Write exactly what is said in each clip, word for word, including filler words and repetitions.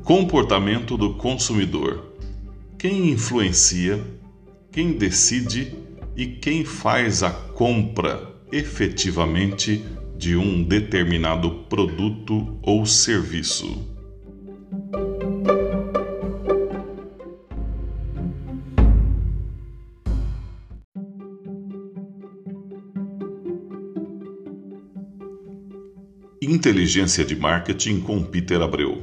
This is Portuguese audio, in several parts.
Comportamento do consumidor. Quem influencia, quem decide e quem faz a compra efetivamente de um determinado produto ou serviço. Inteligência de Marketing com Peter Abreu.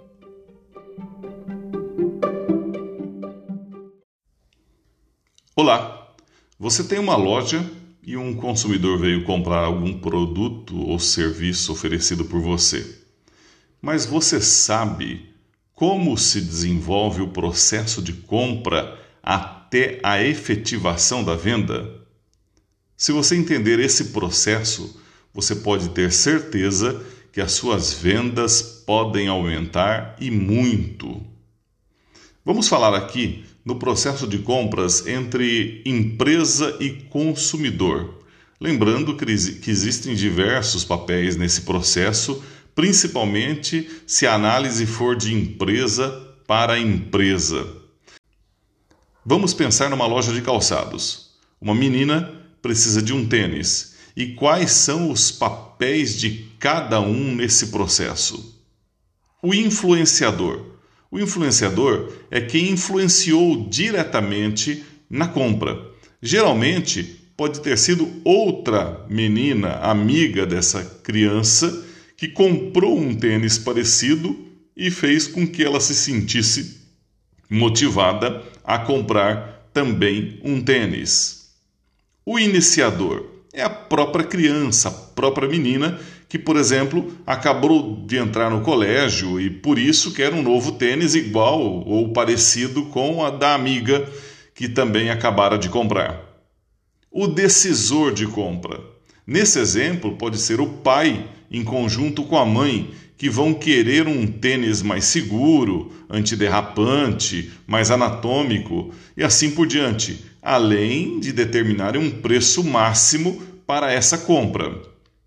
Olá, você tem uma loja e um consumidor veio comprar algum produto ou serviço oferecido por você. Mas você sabe como se desenvolve o processo de compra até a efetivação da venda? Se você entender esse processo, você pode ter certeza que as suas vendas podem aumentar e muito. Vamos falar aqui no processo de compras entre empresa e consumidor. Lembrando que existem diversos papéis nesse processo, principalmente se a análise for de empresa para empresa. Vamos pensar numa loja de calçados. Uma menina precisa de um tênis. E quais são os papéis de cada um nesse processo? O influenciador. O influenciador é quem influenciou diretamente na compra. Geralmente, pode ter sido outra menina, amiga dessa criança, que comprou um tênis parecido e fez com que ela se sentisse motivada a comprar também um tênis. O iniciador é a própria criança, a própria menina que, por exemplo, acabou de entrar no colégio e por isso quer um novo tênis igual ou parecido com a da amiga que também acabara de comprar. O decisor de compra. Nesse exemplo, pode ser o pai em conjunto com a mãe que vão querer um tênis mais seguro, antiderrapante, mais anatômico e assim por diante, além de determinar um preço máximo para essa compra.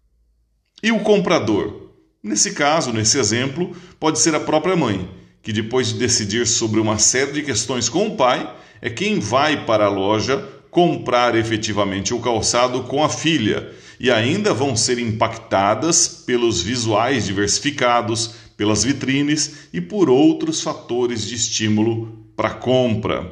E o comprador? Nesse caso, nesse exemplo, pode ser a própria mãe, que depois de decidir sobre uma série de questões com o pai, é quem vai para a loja comprar efetivamente o calçado com a filha e ainda vão ser impactadas pelos visuais diversificados, pelas vitrines e por outros fatores de estímulo para a compra.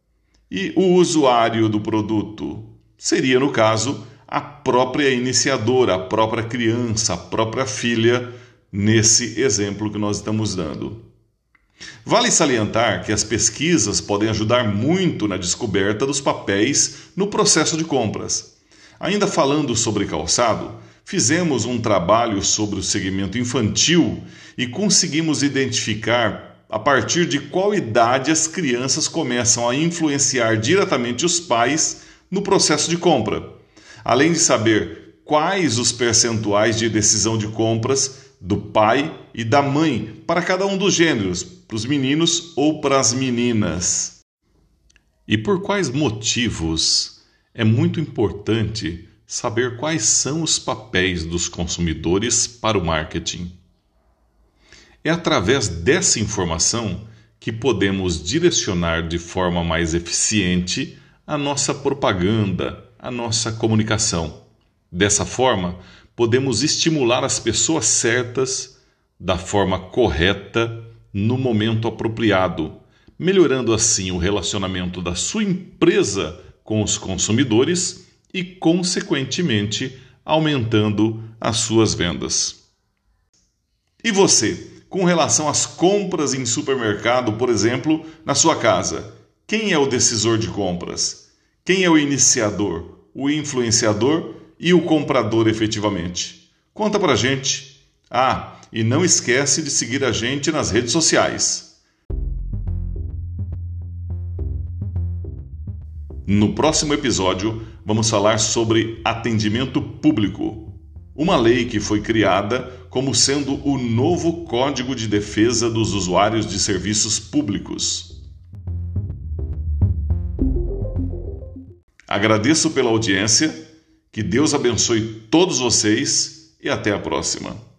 E o usuário do produto seria, no caso, a própria iniciadora, a própria criança, a própria filha, nesse exemplo que nós estamos dando. Vale salientar que as pesquisas podem ajudar muito na descoberta dos papéis no processo de compras. Ainda falando sobre calçado, fizemos um trabalho sobre o segmento infantil e conseguimos identificar a partir de qual idade as crianças começam a influenciar diretamente os pais no processo de compra, além de saber quais os percentuais de decisão de compras do pai e da mãe para cada um dos gêneros, para os meninos ou para as meninas. E por quais motivos é muito importante saber quais são os papéis dos consumidores para o marketing? É através dessa informação que podemos direcionar de forma mais eficiente a nossa propaganda, a nossa comunicação. Dessa forma, podemos estimular as pessoas certas da forma correta no momento apropriado, melhorando assim o relacionamento da sua empresa com os consumidores e, consequentemente, aumentando as suas vendas. E você, com relação às compras em supermercado, por exemplo, na sua casa, quem é o decisor de compras? Quem é o iniciador, o influenciador e o comprador efetivamente? Conta pra gente. Ah, e não esquece de seguir a gente nas redes sociais. No próximo episódio, vamos falar sobre atendimento público, uma lei que foi criada como sendo o novo Código de Defesa dos Usuários de Serviços Públicos. Agradeço pela audiência, que Deus abençoe todos vocês e até a próxima.